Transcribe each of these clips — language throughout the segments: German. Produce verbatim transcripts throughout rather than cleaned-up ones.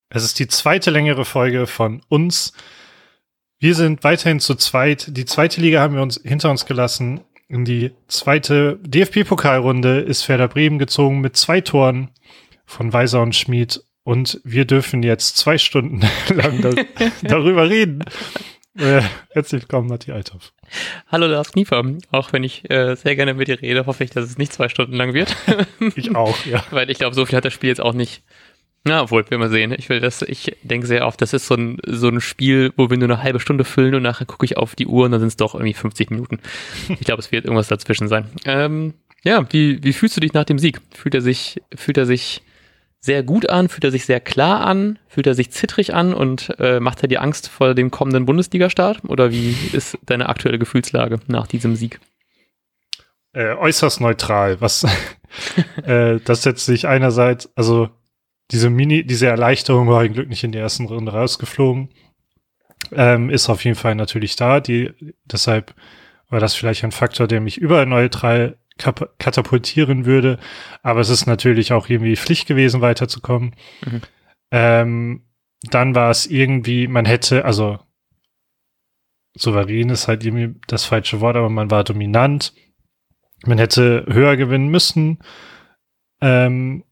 Es ist die zweite längere Folge von uns. Wir sind weiterhin zu zweit. Die zweite Liga haben wir uns hinter uns gelassen. In die zweite D F B-Pokalrunde ist Werder Bremen gezogen mit zwei Toren von Weiser und Schmid. Und wir dürfen jetzt zwei Stunden lang da, darüber reden. Äh, herzlich willkommen, Matti Althoff. Hallo Lars Kniefer. Auch wenn ich äh, sehr gerne mit dir rede, hoffe ich, dass es nicht zwei Stunden lang wird. Ich auch, ja. Weil ich glaube, so viel hat das Spiel jetzt auch nicht. Na, obwohl, wir mal sehen. Ich will das, ich denke sehr oft, das ist so ein, so ein Spiel, wo wir nur eine halbe Stunde füllen und nachher gucke ich auf die Uhr und dann sind es doch irgendwie fünfzig Minuten. Ich glaube, es wird irgendwas dazwischen sein. Ähm, ja, wie, wie fühlst du dich nach dem Sieg? Fühlt er sich, fühlt er sich sehr gut an? Fühlt er sich sehr klar an? Fühlt er sich zittrig an und äh, macht er dir Angst vor dem kommenden Bundesliga-Start? Oder wie ist deine aktuelle Gefühlslage nach diesem Sieg? Äh, äußerst neutral. Was, äh, das setzt sich einerseits, also Diese Mini, diese Erleichterung war ein Glück nicht in der ersten Runde rausgeflogen. Ähm, ist auf jeden Fall natürlich da. Die, deshalb war das vielleicht ein Faktor, der mich überall neutral kap- katapultieren würde. Aber es ist natürlich auch irgendwie Pflicht gewesen, weiterzukommen. Mhm. Ähm, dann war es irgendwie, man hätte, also souverän ist halt irgendwie das falsche Wort, aber man war dominant. Man hätte höher gewinnen müssen. Ähm,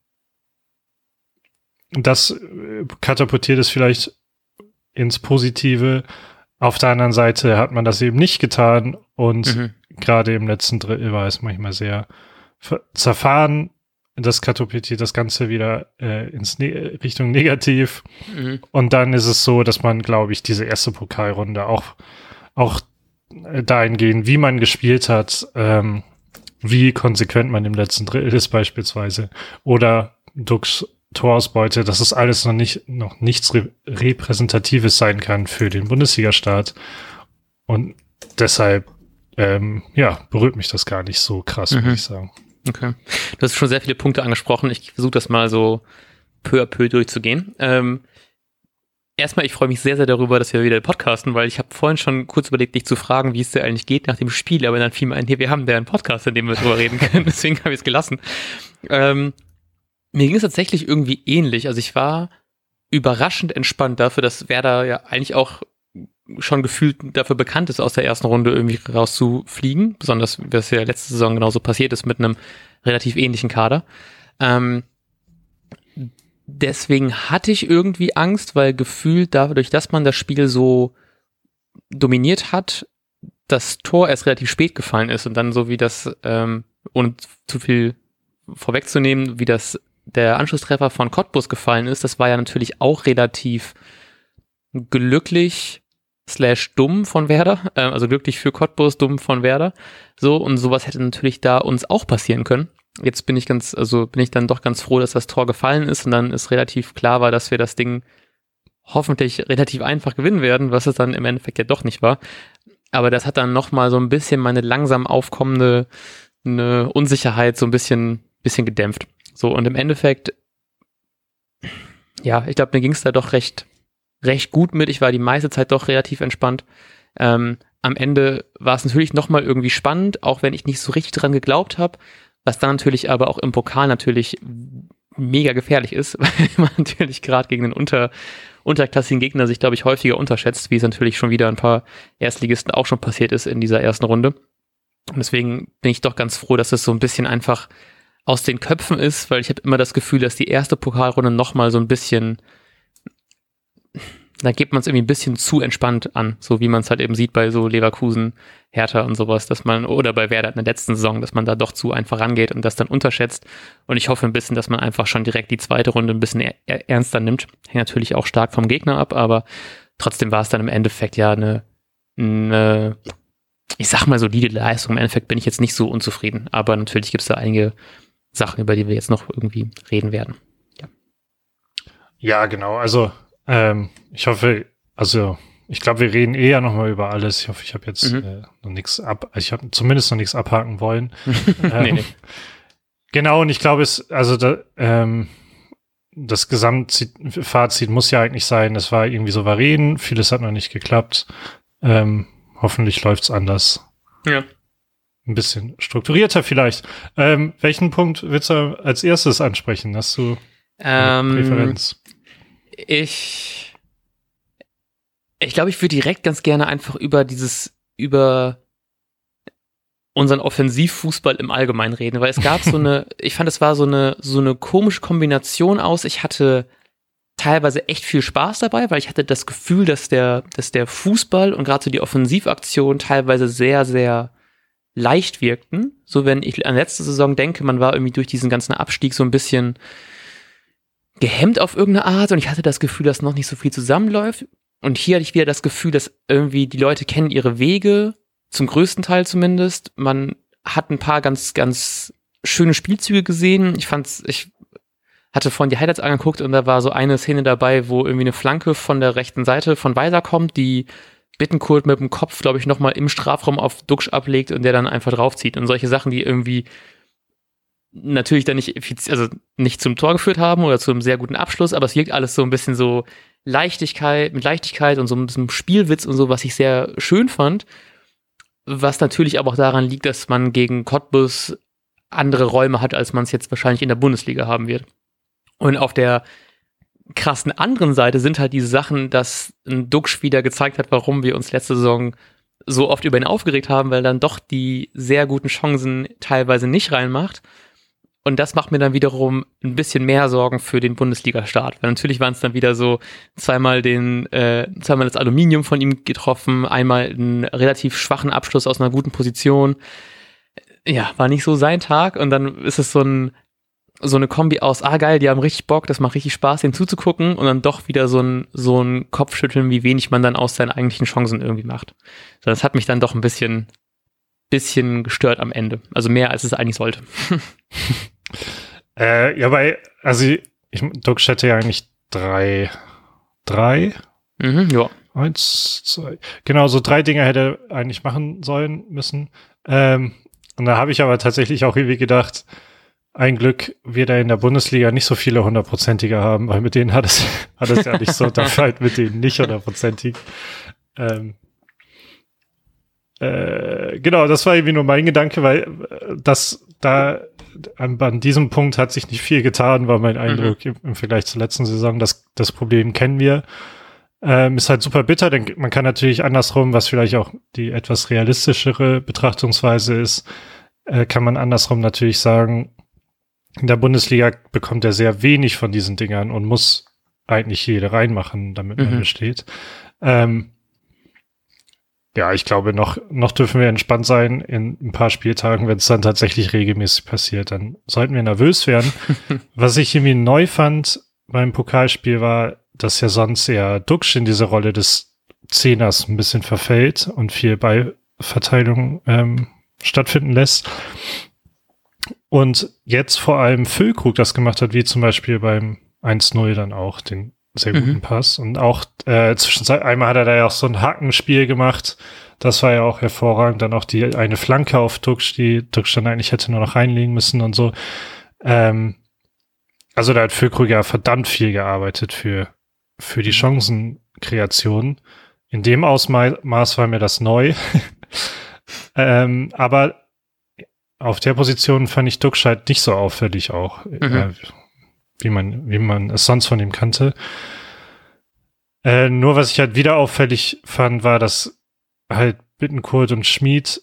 Das katapultiert es vielleicht ins Positive. Auf der anderen Seite hat man das eben nicht getan und mhm. gerade im letzten Drittel war es manchmal sehr zerfahren. Das katapultiert das Ganze wieder äh, ins ne- Richtung negativ. Mhm. Und dann ist es so, dass man, glaube ich, diese erste Pokalrunde auch, auch dahingehend, wie man gespielt hat, ähm, wie konsequent man im letzten Drittel ist beispielsweise oder Dux Torausbeute, dass es alles noch nicht, noch nichts Re- Repräsentatives sein kann für den Bundesliga-Start. Und deshalb, ähm, ja, berührt mich das gar nicht so krass, mhm. würde ich sagen. Okay. Du hast schon sehr viele Punkte angesprochen. Ich versuche das mal so peu à peu durchzugehen. Ähm, erstmal, ich freue mich sehr, sehr darüber, dass wir wieder podcasten, weil ich habe vorhin schon kurz überlegt, dich zu fragen, wie es dir eigentlich geht nach dem Spiel, aber dann fiel mir ein, hier, wir haben ja einen Podcast, in dem wir drüber reden können, deswegen habe ich es gelassen. Ähm, Mir ging es tatsächlich irgendwie ähnlich. Also ich war überraschend entspannt dafür, dass Werder ja eigentlich auch schon gefühlt dafür bekannt ist, aus der ersten Runde irgendwie rauszufliegen. Besonders, was ja letzte Saison genauso passiert ist mit einem relativ ähnlichen Kader. Ähm, deswegen hatte ich irgendwie Angst, weil gefühlt dadurch, dass man das Spiel so dominiert hat, das Tor erst relativ spät gefallen ist und dann so wie das, ähm, ohne zu viel vorwegzunehmen, wie das der Anschlusstreffer von Cottbus gefallen ist, das war ja natürlich auch relativ glücklich slash dumm von Werder, äh, also glücklich für Cottbus, dumm von Werder, so, und sowas hätte natürlich da uns auch passieren können. Jetzt bin ich ganz, also bin ich dann doch ganz froh, dass das Tor gefallen ist und dann ist relativ klar war, dass wir das Ding hoffentlich relativ einfach gewinnen werden, was es dann im Endeffekt ja doch nicht war. Aber das hat dann nochmal so ein bisschen meine langsam aufkommende eine Unsicherheit so ein bisschen, bisschen gedämpft. So, und im Endeffekt, ja, ich glaube, mir ging es da doch recht, recht gut mit. Ich war die meiste Zeit doch relativ entspannt. Ähm, am Ende war es natürlich nochmal irgendwie spannend, auch wenn ich nicht so richtig dran geglaubt habe, was dann natürlich aber auch im Pokal natürlich mega gefährlich ist, weil man natürlich gerade gegen einen unter, unterklassigen Gegner sich, glaube ich, häufiger unterschätzt, wie es natürlich schon wieder ein paar Erstligisten auch schon passiert ist in dieser ersten Runde. Und deswegen bin ich doch ganz froh, dass es so ein bisschen einfach aus den Köpfen ist, weil ich habe immer das Gefühl, dass die erste Pokalrunde nochmal so ein bisschen, da gibt man es irgendwie ein bisschen zu entspannt an, so wie man es halt eben sieht bei so Leverkusen, Hertha und sowas, dass man, oder bei Werder in der letzten Saison, dass man da doch zu einfach rangeht und das dann unterschätzt. Und ich hoffe ein bisschen, dass man einfach schon direkt die zweite Runde ein bisschen er- ernster nimmt. Hängt natürlich auch stark vom Gegner ab, aber trotzdem war es dann im Endeffekt ja eine, eine ich sag mal, solide Leistung. Im Endeffekt bin ich jetzt nicht so unzufrieden, aber natürlich gibt es da einige Sachen, über die wir jetzt noch irgendwie reden werden. Ja, ja genau. Also ähm, ich hoffe, also ich glaube, wir reden eher noch mal über alles. Ich hoffe, ich habe jetzt mhm. äh, noch nichts ab, ich habe zumindest noch nichts abhaken wollen. ähm, nee, nee. Genau, und ich glaube, es, also da, ähm, das Gesamtfazit muss ja eigentlich sein, es war irgendwie souverän, vieles hat noch nicht geklappt. Ähm, hoffentlich läuft's anders. Ja. Ein bisschen strukturierter vielleicht. Ähm, welchen Punkt willst du als erstes ansprechen? Hast du eine ähm, Präferenz? Ich, ich glaube, ich würde direkt ganz gerne einfach über dieses, über unseren Offensivfußball im Allgemeinen reden, weil es gab so eine, ich fand, es war so eine, so eine komische Kombination aus. Ich hatte teilweise echt viel Spaß dabei, weil ich hatte das Gefühl, dass der, dass der Fußball und gerade so die Offensivaktion teilweise sehr, sehr leicht wirkten. So, wenn ich an letzte Saison denke, man war irgendwie durch diesen ganzen Abstieg so ein bisschen gehemmt auf irgendeine Art und ich hatte das Gefühl, dass noch nicht so viel zusammenläuft. Und hier hatte ich wieder das Gefühl, dass irgendwie die Leute kennen ihre Wege, zum größten Teil zumindest. Man hat ein paar ganz, ganz schöne Spielzüge gesehen. Ich fand's, ich hatte vorhin die Highlights angeguckt und da war so eine Szene dabei, wo irgendwie eine Flanke von der rechten Seite von Weiser kommt, die Bittencourt mit dem Kopf, glaube ich, nochmal im Strafraum auf Duxch ablegt und der dann einfach draufzieht. Und solche Sachen, die irgendwie natürlich dann nicht effiz- also nicht zum Tor geführt haben oder zu einem sehr guten Abschluss, aber es wirkt alles so ein bisschen so Leichtigkeit, mit Leichtigkeit und so ein bisschen Spielwitz und so, was ich sehr schön fand. Was natürlich aber auch daran liegt, dass man gegen Cottbus andere Räume hat, als man es jetzt wahrscheinlich in der Bundesliga haben wird. Und auf der krassen anderen Seite sind halt diese Sachen, dass ein Duxch wieder gezeigt hat, warum wir uns letzte Saison so oft über ihn aufgeregt haben, weil er dann doch die sehr guten Chancen teilweise nicht reinmacht. Und das macht mir dann wiederum ein bisschen mehr Sorgen für den Bundesliga-Start. Weil natürlich waren es dann wieder so zweimal den, äh, zweimal das Aluminium von ihm getroffen, einmal einen relativ schwachen Abschluss aus einer guten Position. Ja, war nicht so sein Tag. Und dann ist es so ein, so eine Kombi aus, ah geil, die haben richtig Bock, das macht richtig Spaß, denen zuzugucken. Und dann doch wieder so ein, so ein Kopfschütteln, wie wenig man dann aus seinen eigentlichen Chancen irgendwie macht. Das hat mich dann doch ein bisschen, bisschen gestört am Ende. Also mehr, als es eigentlich sollte. Äh, ja, weil, also ich, Duxch hätte ja eigentlich drei, drei? Mhm, ja. Eins, zwei, genau, so drei Dinge hätte er eigentlich machen sollen müssen. Ähm, und da habe ich aber tatsächlich auch irgendwie gedacht, ein Glück wird er in der Bundesliga nicht so viele hundertprozentige haben, weil mit denen hat es, hat es ja nicht so, dafür halt mit denen nicht hundertprozentig. Ähm, äh, genau, das war irgendwie nur mein Gedanke, weil äh, das da an, an diesem Punkt hat sich nicht viel getan, war mein Eindruck mhm. im, im Vergleich zur letzten Saison. Das, das Problem kennen wir. Ähm, ist halt super bitter, denn man kann natürlich andersrum, was vielleicht auch die etwas realistischere Betrachtungsweise ist, äh, kann man andersrum natürlich sagen, in der Bundesliga bekommt er sehr wenig von diesen Dingern und muss eigentlich jede reinmachen, damit man mhm. besteht. Ähm, ja, ich glaube, noch, noch dürfen wir entspannt sein in ein paar Spieltagen, wenn es dann tatsächlich regelmäßig passiert. Dann sollten wir nervös werden. Was ich irgendwie neu fand beim Pokalspiel war, dass ja sonst eher Duxch in diese Rolle des Zehners ein bisschen verfällt und viel Ballverteilung ähm, stattfinden lässt. Und jetzt vor allem Füllkrug das gemacht hat, wie zum Beispiel beim eins null dann auch, den sehr guten mhm. Pass. Und auch äh, zwischenzeit, einmal hat er da ja auch so ein Hackenspiel gemacht. Das war ja auch hervorragend. Dann auch die eine Flanke auf Duxch, die Duxch dann eigentlich hätte nur noch reinlegen müssen und so. Ähm, also da hat Füllkrug ja verdammt viel gearbeitet für, für die Chancenkreation. In dem Ausmaß war mir das neu. ähm, aber auf der Position fand ich Duxch halt nicht so auffällig auch. Mhm. Äh, wie man, wie man es sonst von ihm kannte. Äh, nur was ich halt wieder auffällig fand, war, dass halt Bittencourt und Schmid,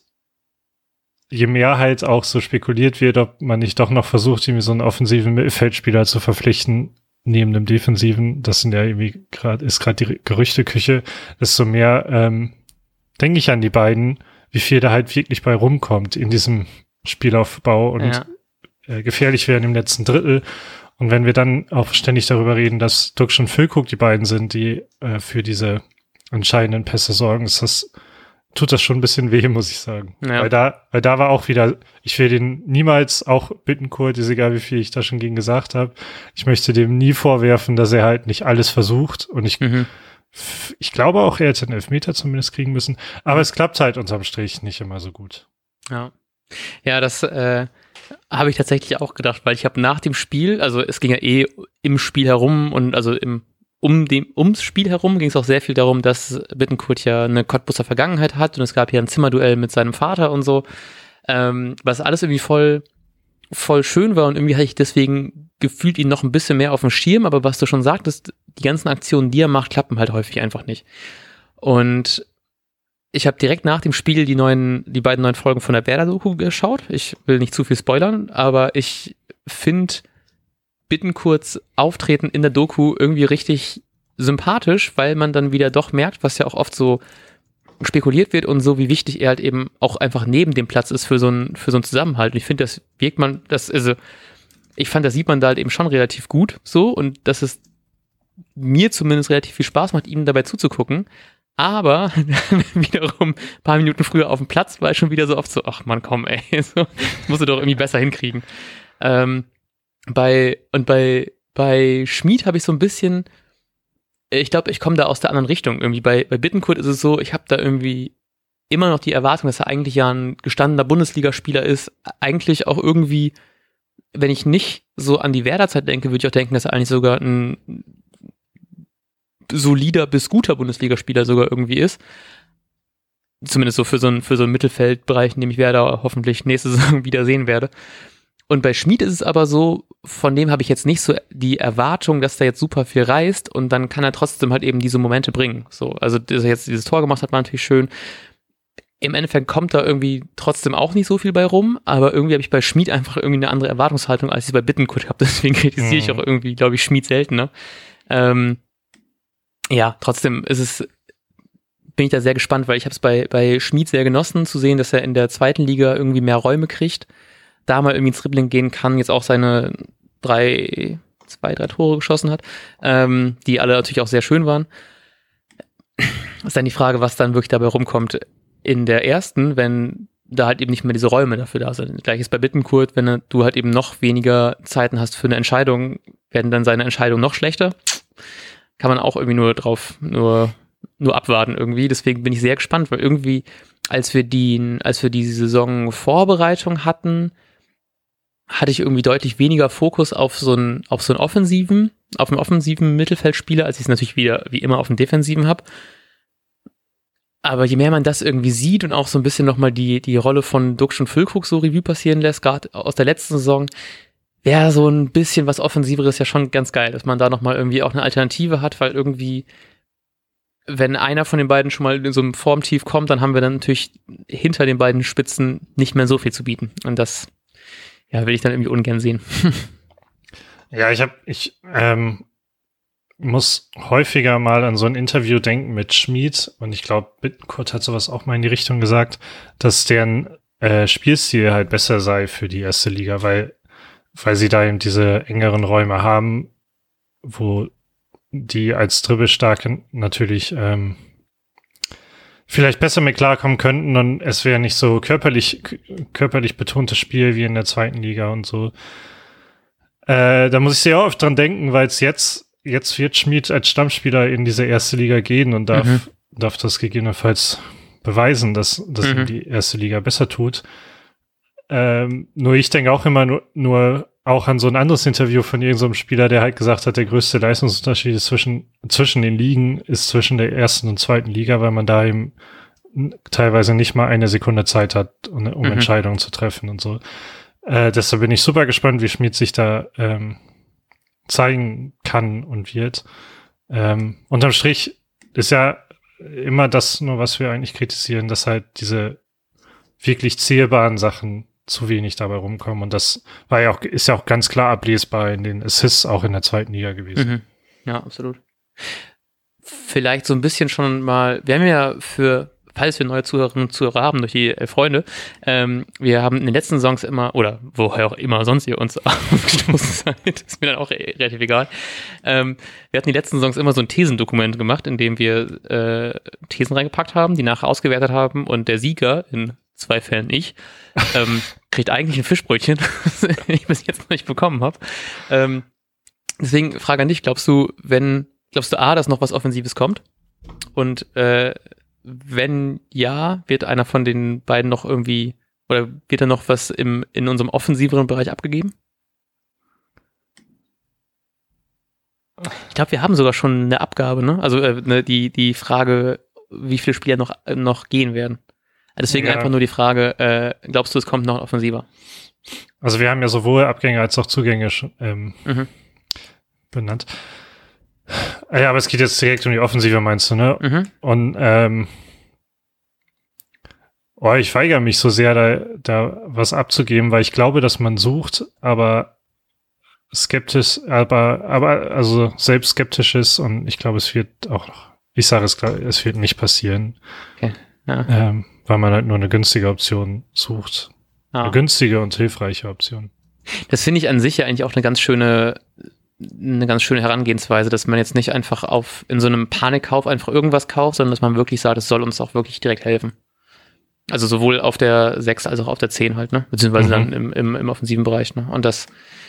je mehr halt auch so spekuliert wird, ob man nicht doch noch versucht, irgendwie so einen offensiven Mittelfeldspieler zu verpflichten, neben dem Defensiven, das sind ja irgendwie gerade, ist gerade die Gerüchteküche, desto mehr, ähm, denke ich an die beiden, wie viel da halt wirklich bei rumkommt in diesem Spielaufbau und ja. äh, gefährlich werden im letzten Drittel. Und wenn wir dann auch ständig darüber reden, dass Duxch und Füllkrug die beiden sind, die äh, für diese entscheidenden Pässe sorgen, ist das, tut das schon ein bisschen weh, muss ich sagen. Ja. Weil da, weil da war auch wieder, ich will den niemals, auch Bittencourt, ist egal, wie viel ich da schon gegen gesagt habe, ich möchte dem nie vorwerfen, dass er halt nicht alles versucht. Und ich, mhm. f- ich glaube auch, er hätte einen Elfmeter zumindest kriegen müssen. Aber es klappt halt unterm Strich nicht immer so gut. Ja. Ja, das, äh, habe ich tatsächlich auch gedacht, weil ich habe nach dem Spiel, also es ging ja eh im Spiel herum und also im um dem ums Spiel herum ging es auch sehr viel darum, dass Bittencourt ja eine Cottbuser Vergangenheit hat und es gab ja ein Zimmerduell mit seinem Vater und so, ähm, was alles irgendwie voll voll schön war und irgendwie hatte ich deswegen gefühlt ihn noch ein bisschen mehr auf dem Schirm, aber was du schon sagtest, die ganzen Aktionen, die er macht, klappen halt häufig einfach nicht. Und ich habe direkt nach dem Spiel die neuen, die beiden neuen Folgen von der Werder-Doku geschaut. Ich will nicht zu viel spoilern, aber ich finde Bittencourts Auftreten in der Doku irgendwie richtig sympathisch, weil man dann wieder doch merkt, was ja auch oft so spekuliert wird und so, wie wichtig er halt eben auch einfach neben dem Platz ist für so einen für so einen Zusammenhalt. Und ich finde, das wirkt man, das, also ich fand, das sieht man da halt eben schon relativ gut so und dass es mir zumindest relativ viel Spaß macht, ihm dabei zuzugucken. Aber wiederum ein paar Minuten früher auf dem Platz war ich schon wieder so oft so, ach man, komm, ey, so, das musst du doch irgendwie besser hinkriegen. Ähm, bei, und bei, bei Schmid habe ich so ein bisschen, ich glaube, ich komme da aus der anderen Richtung. Irgendwie bei, bei Bittencourt ist es so, ich habe da irgendwie immer noch die Erwartung, dass er eigentlich ja ein gestandener Bundesligaspieler ist. Eigentlich auch irgendwie, wenn ich nicht so an die Werder-Zeit denke, würde ich auch denken, dass er eigentlich sogar ein solider bis guter Bundesligaspieler sogar irgendwie ist. Zumindest so für so einen, für so einen Mittelfeldbereich, in dem ich Werder hoffentlich nächste Saison wieder sehen werde. Und bei Schmid ist es aber so, von dem habe ich jetzt nicht so die Erwartung, dass der jetzt super viel reißt und dann kann er trotzdem halt eben diese Momente bringen. So, also, dass er jetzt dieses Tor gemacht hat, war natürlich schön. Im Endeffekt kommt da irgendwie trotzdem auch nicht so viel bei rum, aber irgendwie habe ich bei Schmid einfach irgendwie eine andere Erwartungshaltung, als ich bei Bittencourt habe. Deswegen kritisiere mhm. ich auch irgendwie, glaube ich, Schmid seltener. Ähm, ja, trotzdem ist es, bin ich da sehr gespannt, weil ich habe es bei, bei Schmid sehr genossen, zu sehen, dass er in der zweiten Liga irgendwie mehr Räume kriegt, da mal irgendwie ins Dribbling gehen kann, jetzt auch seine drei, zwei, drei Tore geschossen hat, ähm, die alle natürlich auch sehr schön waren. Ist dann die Frage, was dann wirklich dabei rumkommt in der ersten, wenn da halt eben nicht mehr diese Räume dafür da sind. Gleiches bei Bittencourt, wenn du halt eben noch weniger Zeiten hast für eine Entscheidung, werden dann seine Entscheidungen noch schlechter. Kann man auch irgendwie nur drauf, nur, nur abwarten irgendwie. Deswegen bin ich sehr gespannt, weil irgendwie, als wir die, als wir die Saison Vorbereitung hatten, hatte ich irgendwie deutlich weniger Fokus auf so einen, auf so einen offensiven, auf einen offensiven Mittelfeldspieler, als ich es natürlich wieder, wie immer, auf einen defensiven habe. Aber je mehr man das irgendwie sieht und auch so ein bisschen nochmal die, die Rolle von Duxch und Füllkrug so Revue passieren lässt, gerade aus der letzten Saison, wäre so ein bisschen was Offensiveres ja schon ganz geil, dass man da nochmal irgendwie auch eine Alternative hat, weil irgendwie, wenn einer von den beiden schon mal in so einem Formtief kommt, dann haben wir dann natürlich hinter den beiden Spitzen nicht mehr so viel zu bieten. Und das, ja, will ich dann irgendwie ungern sehen. Ja, ich habe, ich ähm, muss häufiger mal an so ein Interview denken mit Schmid und ich glaube, Bittencourt hat sowas auch mal in die Richtung gesagt, dass deren äh, Spielstil halt besser sei für die erste Liga, weil weil sie da eben diese engeren Räume haben, wo die als Dribbelstarke natürlich ähm, vielleicht besser mit klarkommen könnten und es wäre nicht so körperlich körperlich betontes Spiel wie in der zweiten Liga und so. Äh, da muss ich sehr oft dran denken, weil es jetzt jetzt wird Schmid als Stammspieler in diese erste Liga gehen und darf mhm. darf das gegebenenfalls beweisen, dass, dass mhm. ihm die erste Liga besser tut. Ähm, nur ich denke auch immer nur, nur auch an so ein anderes Interview von irgendeinem so Spieler, der halt gesagt hat, der größte Leistungsunterschied ist zwischen, zwischen den Ligen ist zwischen der ersten und zweiten Liga, weil man da eben teilweise nicht mal eine Sekunde Zeit hat, um, um mhm. Entscheidungen zu treffen und so. Äh, deshalb bin ich super gespannt, wie Schmid sich da ähm, zeigen kann und wird. Ähm, unterm Strich ist ja immer das nur, was wir eigentlich kritisieren, dass halt diese wirklich zählbaren Sachen zu wenig dabei rumkommen. Und das war ja auch, ist ja auch ganz klar ablesbar in den Assists auch in der zweiten Liga gewesen. Mhm. Ja, absolut. Vielleicht so ein bisschen schon mal, wir haben ja für, falls wir neue Zuhörerinnen und Zuhörer haben durch die äh, Freunde, ähm, wir haben in den letzten Songs immer, oder woher auch immer sonst ihr uns aufgestoßen seid, ist mir dann auch re- relativ egal. Ähm, wir hatten die letzten Songs immer so ein Thesendokument gemacht, in dem wir äh, Thesen reingepackt haben, die nachher ausgewertet haben und der Sieger, in zwei Fällen ich, ähm, kriegt eigentlich ein Fischbrötchen, das ich bis jetzt noch nicht bekommen habe. Ähm, deswegen Frage an dich, glaubst du, wenn, glaubst du A, dass noch was Offensives kommt? Und äh, wenn ja, wird einer von den beiden noch irgendwie, oder wird da noch was im, in unserem offensiveren Bereich abgegeben? Ich glaube, wir haben sogar schon eine Abgabe, ne? Also äh, ne, die, die Frage, wie viele Spieler noch, noch gehen werden. Deswegen ja. Einfach nur die Frage, äh, glaubst du, es kommt noch offensiver? Also wir haben ja sowohl Abgänge als auch Zugänge ähm, Mhm. benannt. Ja, aber es geht jetzt direkt um die Offensive, meinst du, ne? Mhm. Und ähm, oh, ich weigere mich so sehr, da, da was abzugeben, weil ich glaube, dass man sucht, aber skeptisch, aber, aber, also selbst skeptisch ist und ich glaube, es wird auch noch, ich sage es klar, es wird nicht passieren. Okay. Ja. Ähm, weil man halt nur eine günstige Option sucht. Ah. Eine günstige und hilfreiche Option. Das finde ich an sich ja eigentlich auch eine ganz schöne, eine ganz schöne Herangehensweise, dass man jetzt nicht einfach auf in so einem Panikkauf einfach irgendwas kauft, sondern dass man wirklich sagt, es soll uns auch wirklich direkt helfen. Also sowohl auf der sechs als auch auf der zehn halt, ne? Beziehungsweise Mhm. dann im, im, im offensiven Bereich, ne? Und das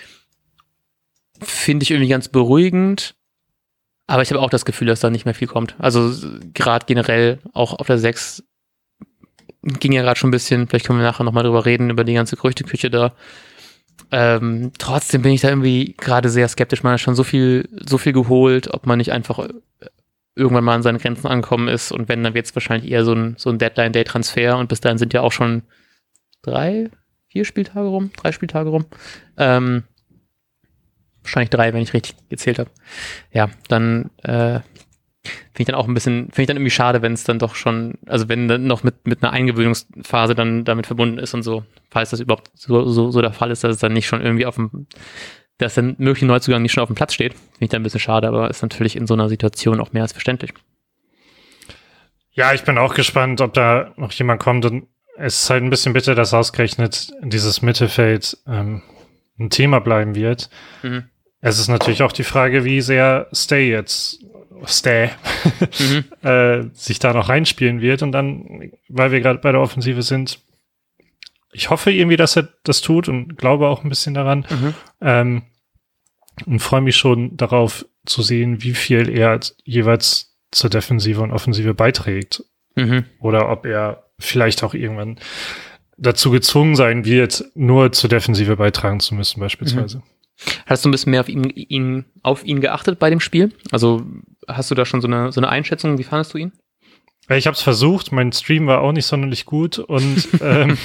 finde ich irgendwie ganz beruhigend, aber ich habe auch das Gefühl, dass da nicht mehr viel kommt. Also gerade generell auch auf der sechs ging ja gerade schon ein bisschen, vielleicht können wir nachher nochmal drüber reden, über die ganze Gerüchteküche da. Ähm, trotzdem bin ich da irgendwie gerade sehr skeptisch. Man hat schon so viel, so viel geholt, ob man nicht einfach irgendwann mal an seinen Grenzen angekommen ist und wenn, dann wird es wahrscheinlich eher so ein, so ein Deadline-Day-Transfer und bis dahin sind ja auch schon drei, vier Spieltage rum, drei Spieltage rum. Ähm, wahrscheinlich drei, wenn ich richtig gezählt habe. Ja, dann äh, finde ich dann auch ein bisschen, finde ich dann irgendwie schade, wenn es dann doch schon, also wenn dann noch mit, mit einer Eingewöhnungsphase dann damit verbunden ist und so, falls das überhaupt so, so, so der Fall ist, dass es dann nicht schon irgendwie auf dem, dass dann mögliche Neuzugang nicht schon auf dem Platz steht, finde ich dann ein bisschen schade, aber ist natürlich in so einer Situation auch mehr als verständlich. Ja, ich bin auch gespannt, ob da noch jemand kommt und es ist halt ein bisschen bitter, dass ausgerechnet dieses Mittelfeld ähm, ein Thema bleiben wird. Mhm. Es ist natürlich auch die Frage, wie sehr Stay jetzt Stay Mhm. äh, sich da noch reinspielen wird und dann, weil wir gerade bei der Offensive sind, ich hoffe irgendwie, dass er das tut und glaube auch ein bisschen daran Mhm. ähm, und freue mich schon darauf zu sehen, wie viel er jeweils zur Defensive und Offensive beiträgt Mhm. oder ob er vielleicht auch irgendwann dazu gezwungen sein wird, nur zur Defensive beitragen zu müssen beispielsweise. Mhm. Hast du ein bisschen mehr auf ihn, ihn, auf ihn geachtet bei dem Spiel? Also hast du da schon so eine, so eine Einschätzung? Wie fandest du ihn? Ich habe es versucht, mein Stream war auch nicht sonderlich gut und ähm,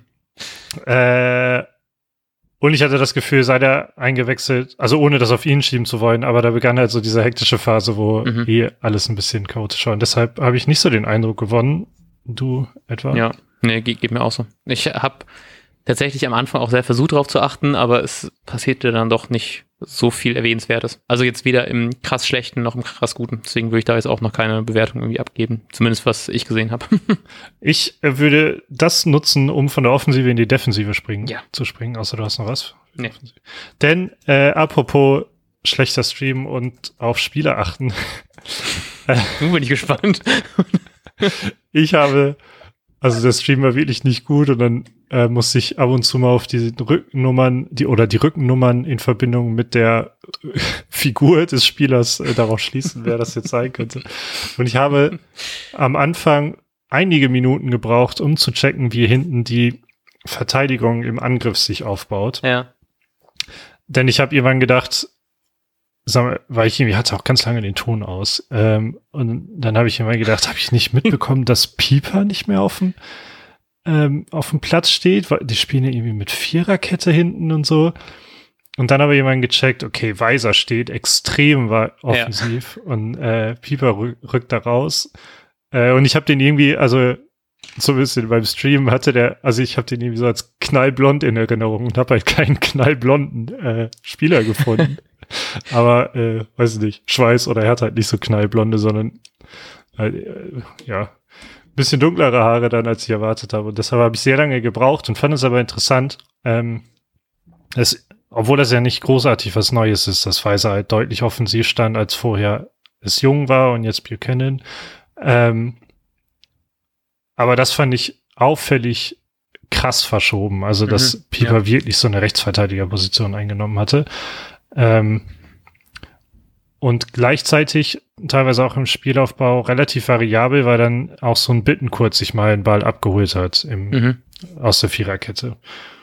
äh, und ich hatte das Gefühl, seit er eingewechselt, also ohne das auf ihn schieben zu wollen, aber da begann halt so diese hektische Phase, wo Mhm. eh alles ein bisschen chaotisch war. Und deshalb habe ich nicht so den Eindruck gewonnen. Du etwa? Ja, nee, geht, geht mir auch so. Ich habe tatsächlich am Anfang auch sehr versucht, darauf zu achten, aber es passierte dann doch nicht so viel Erwähnenswertes. Also jetzt weder im krass Schlechten noch im krass Guten. Deswegen würde ich da jetzt auch noch keine Bewertung irgendwie abgeben. Zumindest was ich gesehen habe. Ich äh, würde das nutzen, um von der Offensive in die Defensive springen, Ja. zu springen, außer du hast noch was. Nee. Denn äh, apropos schlechter Stream und auf Spieler achten. Nun bin ich gespannt. Ich habe, also der Stream war wirklich nicht gut und dann äh, musste ich ab und zu mal auf die Rückennummern, die oder die Rückennummern in Verbindung mit der äh, Figur des Spielers äh, darauf schließen, wer das jetzt sein könnte. Und ich habe am Anfang einige Minuten gebraucht, um zu checken, wie hinten die Verteidigung im Angriff sich aufbaut. Ja. Denn ich habe irgendwann gedacht, sag mal, weil ich irgendwie hatte auch ganz lange den Ton aus. Ähm, und dann habe ich immer gedacht, habe ich nicht mitbekommen, dass Pieper nicht mehr auf dem ähm, auf dem Platz steht, weil die spielen ja irgendwie mit Viererkette hinten und so. Und dann habe ich jemand gecheckt, okay, Weiser steht extrem war offensiv ja. und äh, Pieper rück, rückt da raus. Äh, und ich habe den irgendwie, also so ein bisschen beim Stream hatte der, also ich habe den irgendwie so als knallblond in Erinnerung und habe halt keinen knallblonden äh, Spieler gefunden. Aber, äh, weiß ich nicht, Schweiß oder er hat halt nicht so knallblonde, sondern halt, äh, ja, bisschen dunklere Haare dann, als ich erwartet habe. Und deshalb habe ich sehr lange gebraucht und fand es aber interessant, ähm, es, obwohl das ja nicht großartig was Neues ist, dass Weiser halt deutlich offensiv stand, als vorher es jung war und jetzt Buchanan. Ähm, aber das fand ich auffällig krass verschoben. Also, dass Mhm, Pieper ja. wirklich so eine Rechtsverteidigerposition eingenommen hatte. Ähm, und gleichzeitig teilweise auch im Spielaufbau relativ variabel, weil dann auch so ein Bittenkurt sich mal einen Ball abgeholt hat im, Mhm. aus der Viererkette.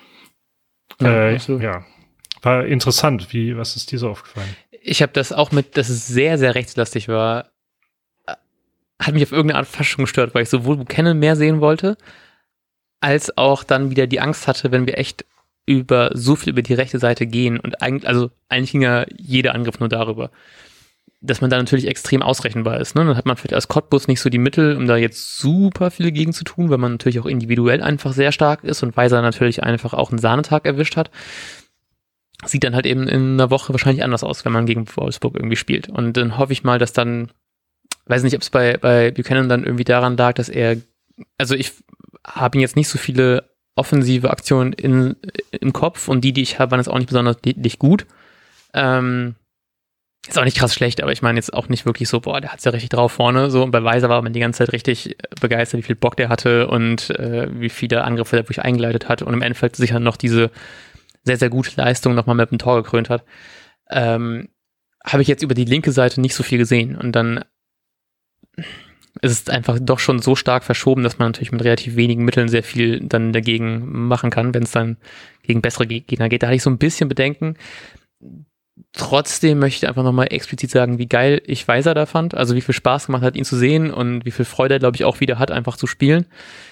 Ja, äh, absolut. ja, war interessant. Wie, was ist dir so aufgefallen? Ich habe das auch mit, dass es sehr, sehr rechtslastig war, hat mich auf irgendeine Art fast schon gestört, weil ich sowohl Buchanan mehr sehen wollte, als auch dann wieder die Angst hatte, wenn wir echt über so viel über die rechte Seite gehen und eigentlich, also eigentlich ging ja jeder Angriff nur darüber, dass man da natürlich extrem ausrechenbar ist. Ne? Dann hat man vielleicht als Cottbus nicht so die Mittel, um da jetzt super viel gegen zu tun, weil man natürlich auch individuell einfach sehr stark ist und Weiser natürlich einfach auch einen Sahnetag erwischt hat. Sieht dann halt eben in einer Woche wahrscheinlich anders aus, wenn man gegen Wolfsburg irgendwie spielt. Und dann hoffe ich mal, dass dann, weiß nicht, ob es bei, bei Buchanan dann irgendwie daran lag, dass er, also ich habe ihn jetzt nicht so viele offensive Aktionen in, im Kopf und die, die ich habe, waren jetzt auch nicht besonders nicht gut. Ähm, ist auch nicht krass schlecht, aber ich meine jetzt auch nicht wirklich so, boah, der hat's ja richtig drauf vorne, so, und bei Weiser war man die ganze Zeit richtig begeistert, wie viel Bock der hatte und äh, wie viele Angriffe der wirklich eingeleitet hat und im Endeffekt sicher noch diese sehr, sehr gute Leistung nochmal mit dem Tor gekrönt hat. Ähm, habe ich jetzt über die linke Seite nicht so viel gesehen und dann ist es einfach doch schon so stark verschoben, dass man natürlich mit relativ wenigen Mitteln sehr viel dann dagegen machen kann, wenn es dann gegen bessere Gegner geht. Da hatte ich so ein bisschen Bedenken. Trotzdem möchte ich einfach nochmal explizit sagen, wie geil ich Weiser da fand, also wie viel Spaß gemacht hat, ihn zu sehen und wie viel Freude er, glaube ich, auch wieder hat, einfach zu spielen.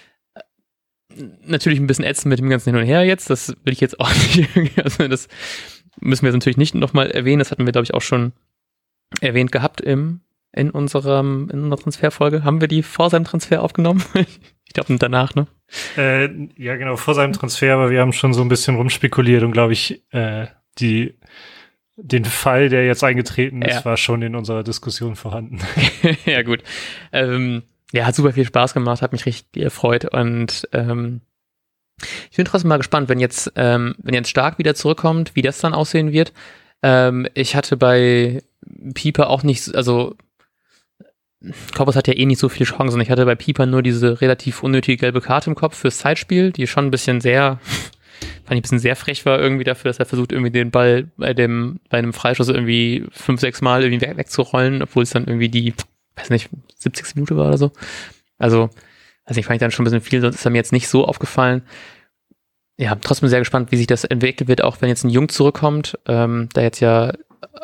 Natürlich ein bisschen ätzend mit dem ganzen Hin und Her jetzt, das will ich jetzt auch nicht, also das müssen wir jetzt natürlich nicht nochmal erwähnen, das hatten wir, glaube ich, auch schon erwähnt gehabt im, in unserem, in unserer Transferfolge. Haben wir die vor seinem Transfer aufgenommen? Ich glaube, danach, ne? Äh, ja, genau, vor seinem Transfer, aber wir haben schon so ein bisschen rumspekuliert und, glaube ich, äh, die den Fall, der jetzt eingetreten ist, ja. war schon in unserer Diskussion vorhanden. Ja, gut. Ähm, ja, hat super viel Spaß gemacht, hat mich richtig gefreut und ähm, ich bin trotzdem mal gespannt, wenn jetzt, ähm, wenn jetzt Stark wieder zurückkommt, wie das dann aussehen wird. Ähm, ich hatte bei Pieper auch nicht, also Cottbus hat ja eh nicht so viele Chancen. Ich hatte bei Pieper nur diese relativ unnötige gelbe Karte im Kopf fürs Zeitspiel, die schon ein bisschen sehr fand ich ein bisschen sehr frech war irgendwie dafür, dass er versucht, irgendwie den Ball bei dem, bei einem Freischuss irgendwie fünf, sechs Mal irgendwie weg, wegzurollen, obwohl es dann irgendwie die, weiß nicht, siebzigste Minute war oder so. Also, also ich fand ich dann schon ein bisschen viel, sonst ist er mir jetzt nicht so aufgefallen. Ja, trotzdem sehr gespannt, wie sich das entwickelt wird, auch wenn jetzt ein Jung zurückkommt, ähm, da jetzt ja,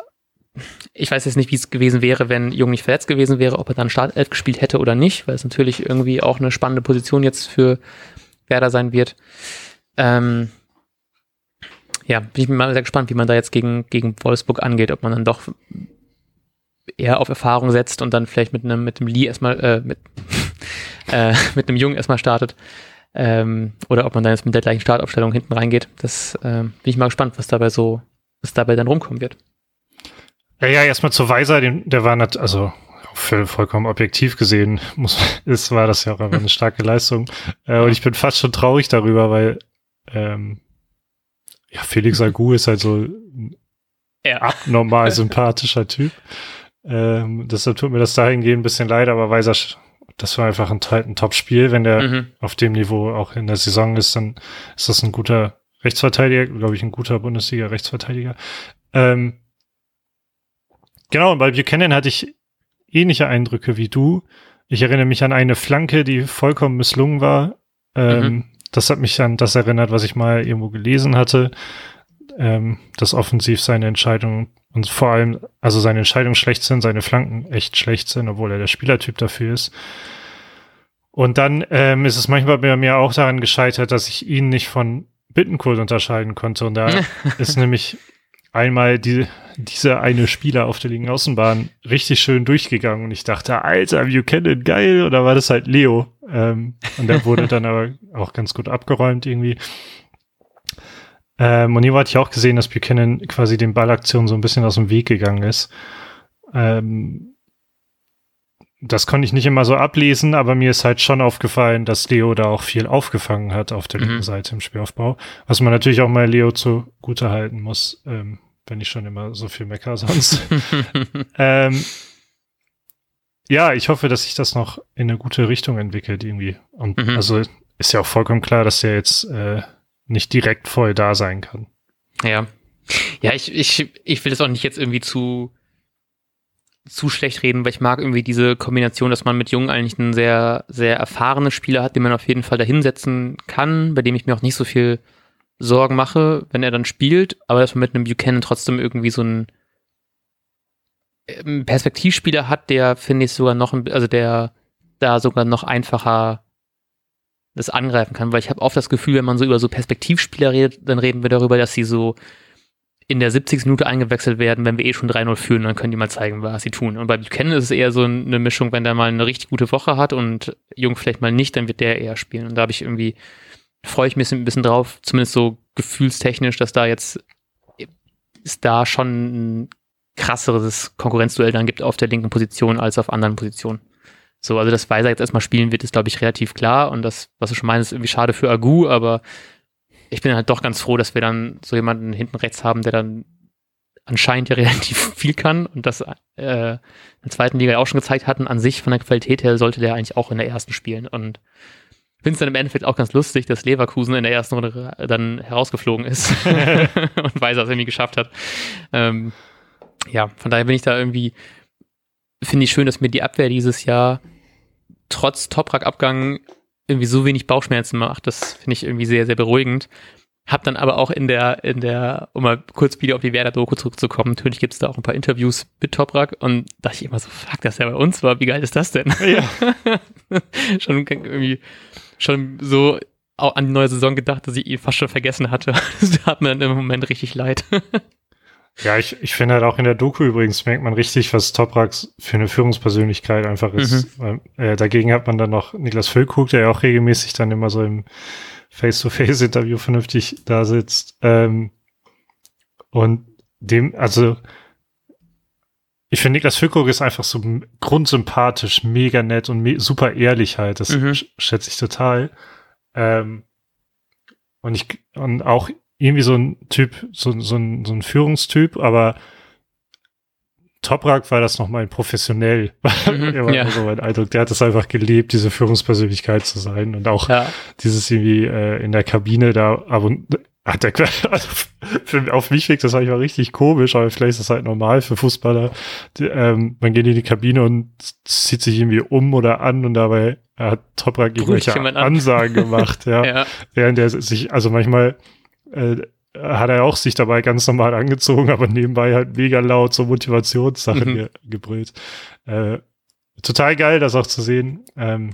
ich weiß jetzt nicht, wie es gewesen wäre, wenn Jung nicht verletzt gewesen wäre, ob er dann Startelf gespielt hätte oder nicht, weil es natürlich irgendwie auch eine spannende Position jetzt für Werder sein wird. Ähm, ja, bin ich mal sehr gespannt, wie man da jetzt gegen, gegen Wolfsburg angeht, ob man dann doch eher auf Erfahrung setzt und dann vielleicht mit einem, mit dem Lee erstmal, äh, mit, äh, mit einem Jungen erstmal startet, ähm, oder ob man dann jetzt mit der gleichen Startaufstellung hinten reingeht. Das, äh, bin ich mal gespannt, was dabei so, was dabei dann rumkommen wird. Ja, ja, erstmal zu Weiser, den, der war nicht, also für, vollkommen objektiv gesehen, muss, ist, war das ja auch einfach eine starke Leistung. Äh, und ich bin fast schon traurig darüber, weil, ähm, ja, Felix Agu ist halt so ein ja. abnormal sympathischer Typ. Ähm, deshalb tut mir das dahingehend ein bisschen leid, aber Weiser, das war einfach ein, ein Top-Spiel. Wenn der mhm. auf dem Niveau auch in der Saison ist, dann ist das ein guter Rechtsverteidiger, glaube ich, ein guter Bundesliga-Rechtsverteidiger. Ähm, genau, und bei Buchanan hatte ich ähnliche Eindrücke wie du. Ich erinnere mich an eine Flanke, die vollkommen misslungen war. Ähm, mhm. Das hat mich an das erinnert, was ich mal irgendwo gelesen hatte, ähm, dass offensiv seine Entscheidungen und vor allem, also seine Entscheidungen schlecht sind, seine Flanken echt schlecht sind, obwohl er der Spielertyp dafür ist. Und dann ähm, ist es manchmal bei mir auch daran gescheitert, dass ich ihn nicht von Bittencourt unterscheiden konnte. Und da ist nämlich einmal die, dieser eine Spieler auf der linken Außenbahn richtig schön durchgegangen und ich dachte, Alter, Buchanan, geil, oder war das halt Leo? Ähm, und der wurde dann aber auch ganz gut abgeräumt irgendwie. Ähm, und hier hatte ich auch gesehen, dass Buchanan quasi den Ballaktionen so ein bisschen aus dem Weg gegangen ist. Ähm, das konnte ich nicht immer so ablesen, aber mir ist halt schon aufgefallen, dass Leo da auch viel aufgefangen hat auf der mhm. linken Seite im Spielaufbau. Was man natürlich auch mal Leo zugute halten muss, ähm, wenn ich schon immer so viel mecker sonst. ähm, ja, ich hoffe, dass sich das noch in eine gute Richtung entwickelt irgendwie. Und mhm. also ist ja auch vollkommen klar, dass der jetzt äh, nicht direkt voll da sein kann. Ja. Ja, ich, ich, ich will das auch nicht jetzt irgendwie zu zu schlecht reden, weil ich mag irgendwie diese Kombination, dass man mit Jung eigentlich einen sehr, sehr erfahrenen Spieler hat, den man auf jeden Fall da hinsetzen kann, bei dem ich mir auch nicht so viel Sorgen mache, wenn er dann spielt, aber dass man mit einem Buchanan trotzdem irgendwie so einen Perspektivspieler hat, der, finde ich, sogar noch, also der da sogar noch einfacher das angreifen kann, weil ich habe oft das Gefühl, wenn man so über so Perspektivspieler redet, dann reden wir darüber, dass sie so in der siebzigsten Minute eingewechselt werden, wenn wir eh schon drei null führen, dann können die mal zeigen, was sie tun. Und bei Buchanan ist es eher so eine Mischung, wenn der mal eine richtig gute Woche hat und Jung vielleicht mal nicht, dann wird der eher spielen. Und da habe ich irgendwie, freue ich mich ein bisschen drauf, zumindest so gefühlstechnisch, dass da jetzt es da schon ein krasseres Konkurrenzduell dann gibt auf der linken Position als auf anderen Positionen. So, also dass Weiser jetzt erstmal spielen wird, ist, glaube ich, relativ klar. Und das, was du schon meinst, ist irgendwie schade für Agu, aber ich bin halt doch ganz froh, dass wir dann so jemanden hinten rechts haben, der dann anscheinend ja relativ viel kann und das äh, in der zweiten Liga auch schon gezeigt hatten. An sich von der Qualität her sollte der eigentlich auch in der ersten spielen. Und ich finde es dann im Endeffekt auch ganz lustig, dass Leverkusen in der ersten Runde dann herausgeflogen ist und Weiser es irgendwie geschafft hat. Ähm, ja, von daher bin ich da irgendwie, finde ich schön, dass mir die Abwehr dieses Jahr trotz Toprak-Abgang irgendwie so wenig Bauchschmerzen macht. Das finde ich irgendwie sehr, sehr beruhigend. Hab dann aber auch in der, in der, um mal kurz wieder auf die Werder-Doku zurückzukommen, natürlich gibt es da auch ein paar Interviews mit Toprak und dachte ich immer so, fuck, dass der bei uns war, wie geil ist das denn? Ja. schon irgendwie, schon so auch an die neue Saison gedacht, dass ich ihn fast schon vergessen hatte. Das hat mir dann im Moment richtig leid. Ja, ich, ich finde halt auch in der Doku übrigens merkt man richtig, was Toprak für eine Führungspersönlichkeit einfach ist. Mhm. Äh, dagegen hat man dann noch Niklas Füllkrug, der ja auch regelmäßig dann immer so im Face-to-Face-Interview vernünftig da sitzt. Ähm, und dem, also ich finde, Niklas Füllkrug ist einfach so grundsympathisch, mega nett und me- super ehrlich halt. Das mhm. sch- schätze ich total. Ähm, und ich, und auch irgendwie so ein Typ, so, so, ein, so ein Führungstyp, aber Toprak war das nochmal professionell. Mhm, ja. So mein Eindruck. Der hat es einfach gelebt, diese Führungspersönlichkeit zu sein und auch ja. dieses irgendwie äh, in der Kabine da, aber hat der, also für, auf mich wirkt das manchmal richtig komisch, aber vielleicht ist das halt normal für Fußballer. Die, ähm, man geht in die Kabine und zieht sich irgendwie um oder an und dabei hat Toprak irgendwelche an. Ansagen gemacht, ja. ja. Während er sich, also manchmal äh, hat er auch sich dabei ganz normal angezogen, aber nebenbei halt mega laut so Motivationssachen mhm. ge- gebrüllt. Äh, total geil, das auch zu sehen. Ähm,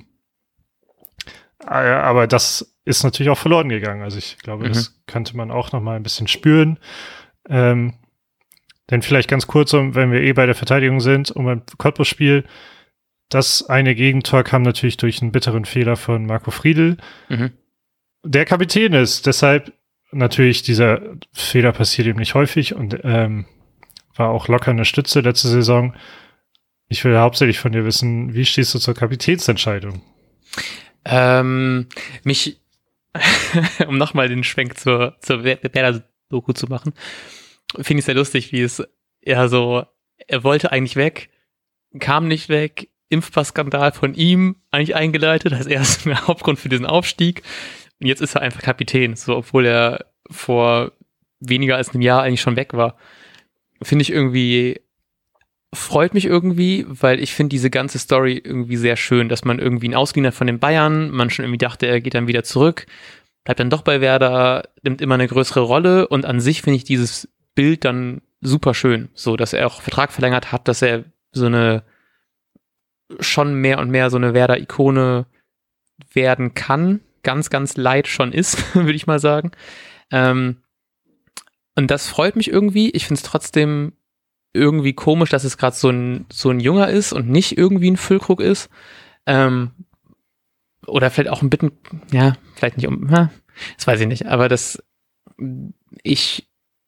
aber das ist natürlich auch verloren gegangen. Also ich glaube, mhm. das könnte man auch noch mal ein bisschen spüren. Ähm, denn vielleicht ganz kurz, wenn wir eh bei der Verteidigung sind, um ein Cottbus-Spiel, das eine Gegentor kam natürlich durch einen bitteren Fehler von Marco Friedl, mhm. der Kapitän ist. Deshalb natürlich, dieser Fehler passiert ihm nicht häufig und ähm, war auch locker eine Stütze letzte Saison. Ich will hauptsächlich von dir wissen, wie stehst du zur Kapitänsentscheidung? Ähm, mich, um nochmal den Schwenk zur, zur Werder-Doku zu machen, finde ich sehr lustig, wie es ja so, er wollte eigentlich weg, kam nicht weg, Impfpass-Skandal von ihm eigentlich eingeleitet, als erster Hauptgrund für diesen Aufstieg. Und jetzt ist er einfach Kapitän, so obwohl er vor weniger als einem Jahr eigentlich schon weg war. Finde ich irgendwie, freut mich irgendwie, weil ich finde diese ganze Story irgendwie sehr schön, dass man irgendwie einen Ausgeliehen hat von den Bayern, man schon irgendwie dachte, er geht dann wieder zurück, bleibt dann doch bei Werder, nimmt immer eine größere Rolle und an sich finde ich dieses Bild dann super schön, so dass er auch Vertrag verlängert hat, dass er so eine schon mehr und mehr so eine Werder-Ikone werden kann, ganz, ganz light schon ist, würde ich mal sagen. Ähm, und das freut mich irgendwie. Ich finde es trotzdem irgendwie komisch, dass es gerade so ein, so ein Junger ist und nicht irgendwie ein Füllkrug ist. Ähm, oder vielleicht auch ein bisschen, ja, vielleicht nicht um, ja, das weiß ich nicht, aber das, ich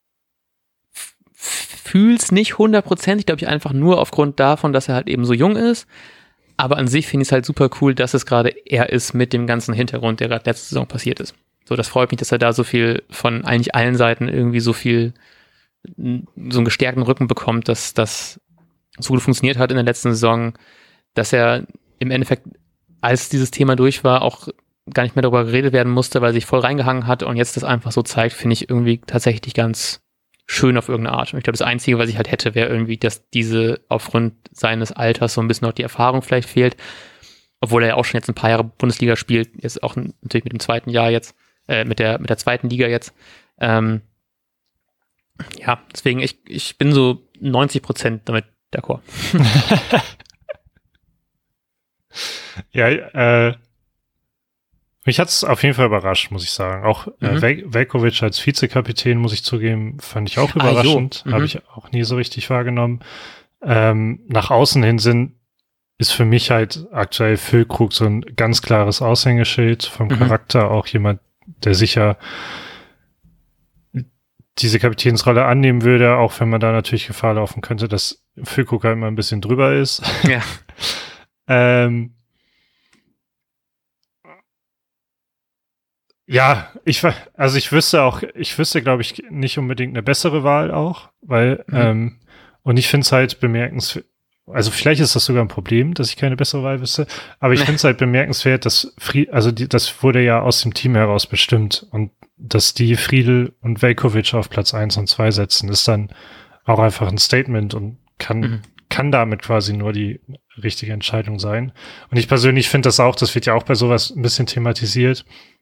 fühle es nicht hundertprozentig, glaube ich, einfach nur aufgrund davon, dass er halt eben so jung ist. Aber an sich finde ich es halt super cool, dass es gerade er ist mit dem ganzen Hintergrund, der gerade letzte Saison passiert ist. So, das freut mich, dass er da so viel von eigentlich allen Seiten irgendwie so viel, so einen gestärkten Rücken bekommt, dass das so gut funktioniert hat in der letzten Saison, dass er im Endeffekt, als dieses Thema durch war, auch gar nicht mehr darüber geredet werden musste, weil er sich voll reingehangen hat und jetzt das einfach so zeigt, finde ich irgendwie tatsächlich ganz schön auf irgendeine Art. Und ich glaube, das Einzige, was ich halt hätte, wäre irgendwie, dass diese aufgrund seines Alters so ein bisschen noch die Erfahrung vielleicht fehlt. Obwohl er ja auch schon jetzt ein paar Jahre Bundesliga spielt, jetzt auch natürlich mit dem zweiten Jahr jetzt, äh, mit der mit der zweiten Liga jetzt. Ähm, ja, deswegen, ich, ich bin so neunzig Prozent damit d'accord. Ja, äh, Mich hat es auf jeden Fall überrascht, muss ich sagen. Auch mhm. äh, Veljković als Vizekapitän, muss ich zugeben, fand ich auch überraschend. Ah, mhm. Habe ich auch nie so richtig wahrgenommen. Ähm, nach außen hin sind, ist für mich halt aktuell Füllkrug so ein ganz klares Aushängeschild vom mhm. Charakter. Auch jemand, der sicher diese Kapitänsrolle annehmen würde, auch wenn man da natürlich Gefahr laufen könnte, dass Füllkrug halt immer ein bisschen drüber ist. Ja. ähm, Ja, ich also ich wüsste auch, ich wüsste, glaube ich, nicht unbedingt eine bessere Wahl auch, weil, mhm. ähm, und ich finde es halt bemerkenswert, also vielleicht ist das sogar ein Problem, dass ich keine bessere Wahl wüsste, aber ich finde es halt bemerkenswert, dass Fried, also die, das wurde ja aus dem Team heraus bestimmt und dass die Friedl und Veljković auf Platz eins und zwei setzen, ist dann auch einfach ein Statement und kann, mhm. kann damit quasi nur die richtige Entscheidung sein. Und ich persönlich finde das auch, das wird ja auch bei sowas ein bisschen thematisiert.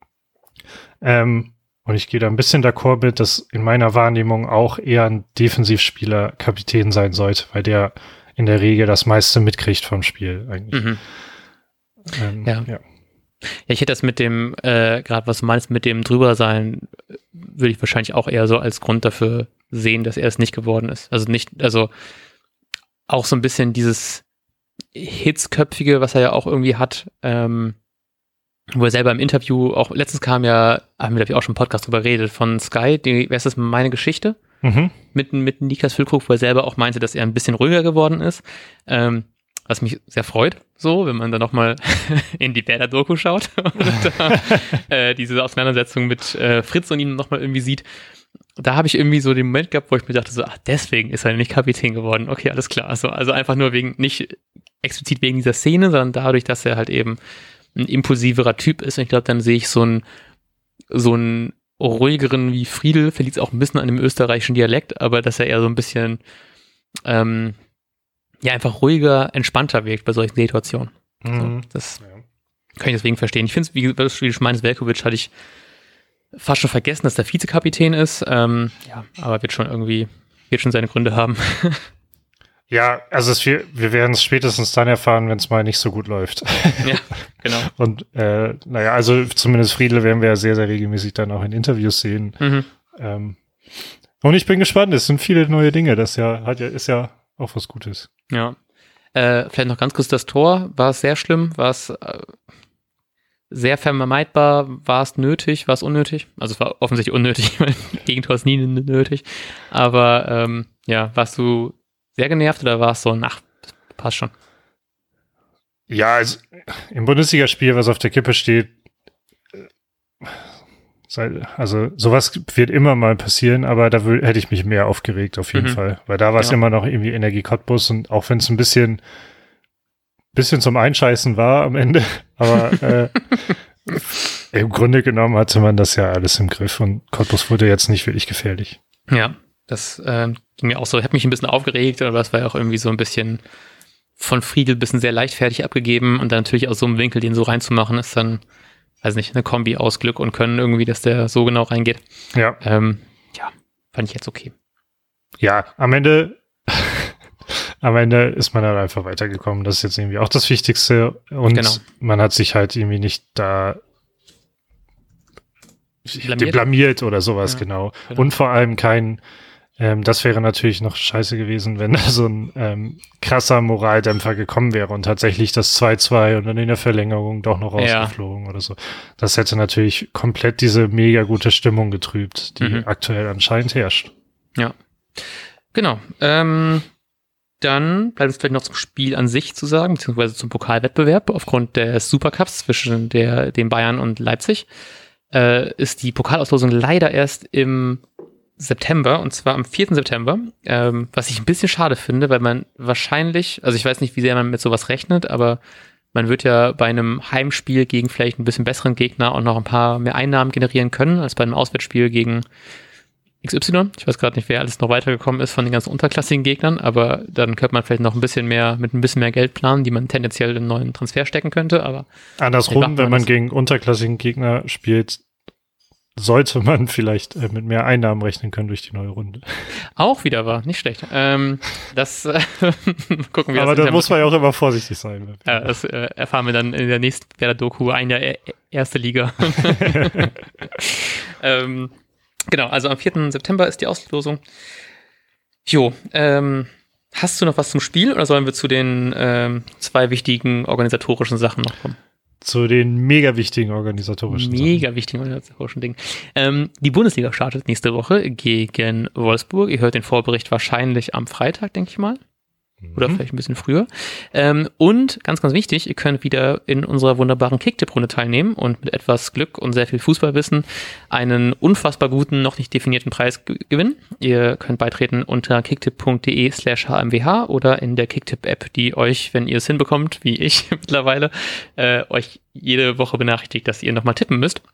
Ähm, und ich gehe da ein bisschen d'accord mit, dass in meiner Wahrnehmung auch eher ein Defensivspieler Kapitän sein sollte, weil der in der Regel das meiste mitkriegt vom Spiel eigentlich. Mhm. Ähm, ja. ja. Ja, ich hätte das mit dem, äh, gerade was du meinst, mit dem Drübersein, würde ich wahrscheinlich auch eher so als Grund dafür sehen, dass er es nicht geworden ist. Also nicht, also auch so ein bisschen dieses Hitzköpfige, was er ja auch irgendwie hat, ähm, wo er selber im Interview, auch letztens kam ja, haben wir glaube ich auch schon einen Podcast drüber geredet, von Sky, die, wer ist das, meine Geschichte? Mhm. Mit, mit Niklas Füllkrug, wo er selber auch meinte, dass er ein bisschen ruhiger geworden ist, ähm, was mich sehr freut, so, wenn man dann nochmal in die Werder-Doku schaut und da, äh, diese Auseinandersetzung mit äh, Fritz und ihn nochmal irgendwie sieht. Da habe ich irgendwie so den Moment gehabt, wo ich mir dachte, so, ach, deswegen ist er nicht Kapitän geworden. Okay, alles klar. Also, also einfach nur wegen, nicht explizit wegen dieser Szene, sondern dadurch, dass er halt eben ein impulsiverer Typ ist. Und ich glaube, dann sehe ich so einen, so einen ruhigeren wie Friedl, verliert es auch ein bisschen an dem österreichischen Dialekt, aber dass er eher so ein bisschen, ähm, ja, einfach ruhiger, entspannter wirkt bei solchen Situationen. Mhm. So, das ja. kann ich deswegen verstehen. Ich finde es, wie, wie du schon meinst, Veljković hatte ich fast schon vergessen, dass der Vizekapitän ist. Ähm, ja, aber wird schon irgendwie, wird schon seine Gründe haben. Ja, also es, wir, wir werden es spätestens dann erfahren, wenn es mal nicht so gut läuft. Ja, genau. Und äh, naja, also zumindest Friedl werden wir ja sehr, sehr regelmäßig dann auch in Interviews sehen. Mhm. Ähm, und ich bin gespannt, es sind viele neue Dinge, das ja, hat ja, ist ja auch was Gutes. Ja. Äh, vielleicht noch ganz kurz das Tor. War es sehr schlimm? War es äh, sehr vermeidbar? War es nötig? War es unnötig? Also es war offensichtlich unnötig, weil Gegentor ist nie nötig. Aber ähm, ja, warst du sehr genervt oder war es so, ach, passt schon? Ja, also im Bundesligaspiel, was auf der Kippe steht, also sowas wird immer mal passieren, aber da w- hätte ich mich mehr aufgeregt auf jeden mhm. Fall, weil da war es ja. immer noch irgendwie Energie Cottbus und auch wenn es ein bisschen bisschen zum Einscheißen war am Ende, aber äh, im Grunde genommen hatte man das ja alles im Griff und Cottbus wurde jetzt nicht wirklich gefährlich. Ja, das äh, ging mir auch so, ich habe mich ein bisschen aufgeregt, aber es war ja auch irgendwie so ein bisschen von Friedl ein bisschen sehr leichtfertig abgegeben und dann natürlich aus so einem Winkel den so reinzumachen, ist dann, weiß nicht, eine Kombi aus Glück und Können irgendwie, dass der so genau reingeht. Ja. Ähm, ja, fand ich jetzt okay. Ja, am Ende am Ende ist man dann einfach weitergekommen. Das ist jetzt irgendwie auch das Wichtigste und genau. man hat sich halt irgendwie nicht da blamiert, blamiert oder sowas, ja, genau. genau. Und vor allem kein Ähm, das wäre natürlich noch scheiße gewesen, wenn da so ein ähm, krasser Moraldämpfer gekommen wäre und tatsächlich das zwei zwei und dann in der Verlängerung doch noch rausgeflogen ja. oder so. Das hätte natürlich komplett diese mega gute Stimmung getrübt, die mhm. aktuell anscheinend herrscht. Ja, genau. Ähm, dann bleibt es vielleicht noch zum Spiel an sich zu sagen, beziehungsweise zum Pokalwettbewerb. Aufgrund des Supercups zwischen der, den Bayern und Leipzig äh, ist die Pokalauslosung leider erst im September, und zwar am vierten September, ähm, was ich ein bisschen schade finde, weil man wahrscheinlich, also ich weiß nicht, wie sehr man mit sowas rechnet, aber man wird ja bei einem Heimspiel gegen vielleicht ein bisschen besseren Gegner auch noch ein paar mehr Einnahmen generieren können, als bei einem Auswärtsspiel gegen X Y. Ich weiß gerade nicht, wer alles noch weitergekommen ist von den ganzen unterklassigen Gegnern, aber dann könnte man vielleicht noch ein bisschen mehr, mit ein bisschen mehr Geld planen, die man tendenziell in einen neuen Transfer stecken könnte, aber andersrum, wenn man gegen unterklassigen Gegner spielt, sollte man vielleicht äh, mit mehr Einnahmen rechnen können durch die neue Runde. Auch wieder war, nicht schlecht. Ähm, das äh, gucken wir. Aber da muss man ja auch immer vorsichtig sein. Ja, das äh, erfahren wir dann in der nächsten Werder-Doku, ein Jahr e- erste Liga. ähm, genau, also am vierten September ist die Auslosung. Jo, ähm, hast du noch was zum Spiel oder sollen wir zu den ähm, zwei wichtigen organisatorischen Sachen noch kommen? Zu den mega wichtigen organisatorischen Mega Sachen. wichtigen organisatorischen Dingen. Ähm, die Bundesliga startet nächste Woche gegen Wolfsburg. Ihr hört den Vorbericht wahrscheinlich am Freitag, denke ich mal. Oder vielleicht ein bisschen früher. Ähm, und ganz, ganz wichtig, ihr könnt wieder in unserer wunderbaren Kicktipp-Runde teilnehmen und mit etwas Glück und sehr viel Fußballwissen einen unfassbar guten, noch nicht definierten Preis g- gewinnen. Ihr könnt beitreten unter kicktipp.de slash hmwh oder in der Kicktipp-App, die euch, wenn ihr es hinbekommt, wie ich mittlerweile, äh, euch jede Woche benachrichtigt, dass ihr nochmal tippen müsst.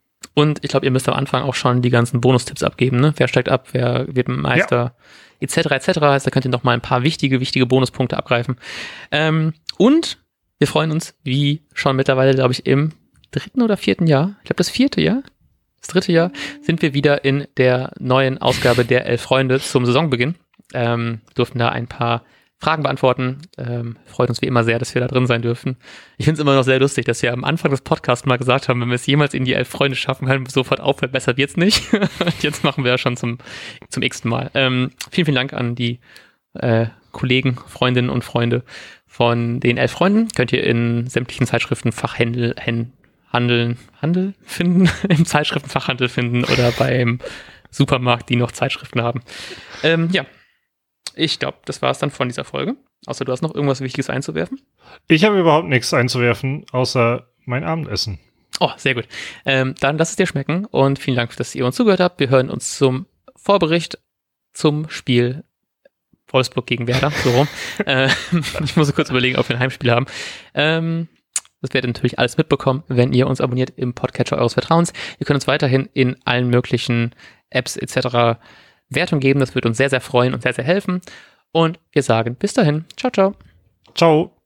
Und ich glaube, ihr müsst am Anfang auch schon die ganzen Bonustipps abgeben, ne? Wer steigt ab, wer wird Meister, ja. et cetera et cetera. Also da könnt ihr noch mal ein paar wichtige, wichtige Bonuspunkte abgreifen. Ähm, und wir freuen uns, wie schon mittlerweile, glaube ich, im dritten oder vierten Jahr, ich glaube das vierte Jahr, das dritte Jahr, sind wir wieder in der neuen Ausgabe der Elf Freunde zum Saisonbeginn. Ähm, durften da ein paar Fragen beantworten. Ähm, freut uns wie immer sehr, dass wir da drin sein dürfen. Ich finde es immer noch sehr lustig, dass wir am Anfang des Podcasts mal gesagt haben, wenn wir es jemals in die Elf Freunde schaffen, hören wir sofort auf, weil besser wird's nicht. Jetzt machen wir ja schon zum zum x-ten Mal. Ähm, vielen, vielen Dank an die äh, Kollegen, Freundinnen und Freunde von den Elf Freunden. Könnt ihr in sämtlichen Zeitschriftenfachhändel Hän, Handeln, Handel finden, im Zeitschriftenfachhandel finden oder beim Supermarkt, die noch Zeitschriften haben. Ähm, ja. Ich glaube, das war es dann von dieser Folge. Außer du hast noch irgendwas Wichtiges einzuwerfen? Ich habe überhaupt nichts einzuwerfen, außer mein Abendessen. Oh, sehr gut. Ähm, dann lass es dir schmecken und vielen Dank, dass ihr uns zugehört habt. Wir hören uns zum Vorbericht zum Spiel Wolfsburg gegen Werder. So rum. äh, ich muss kurz überlegen, ob wir ein Heimspiel haben. Ähm, das werdet ihr natürlich alles mitbekommen, wenn ihr uns abonniert im Podcatcher eures Vertrauens. Ihr könnt uns weiterhin in allen möglichen Apps et cetera Wertung geben. Das würde uns sehr, sehr freuen und sehr, sehr helfen. Und wir sagen bis dahin. Ciao, ciao. Ciao.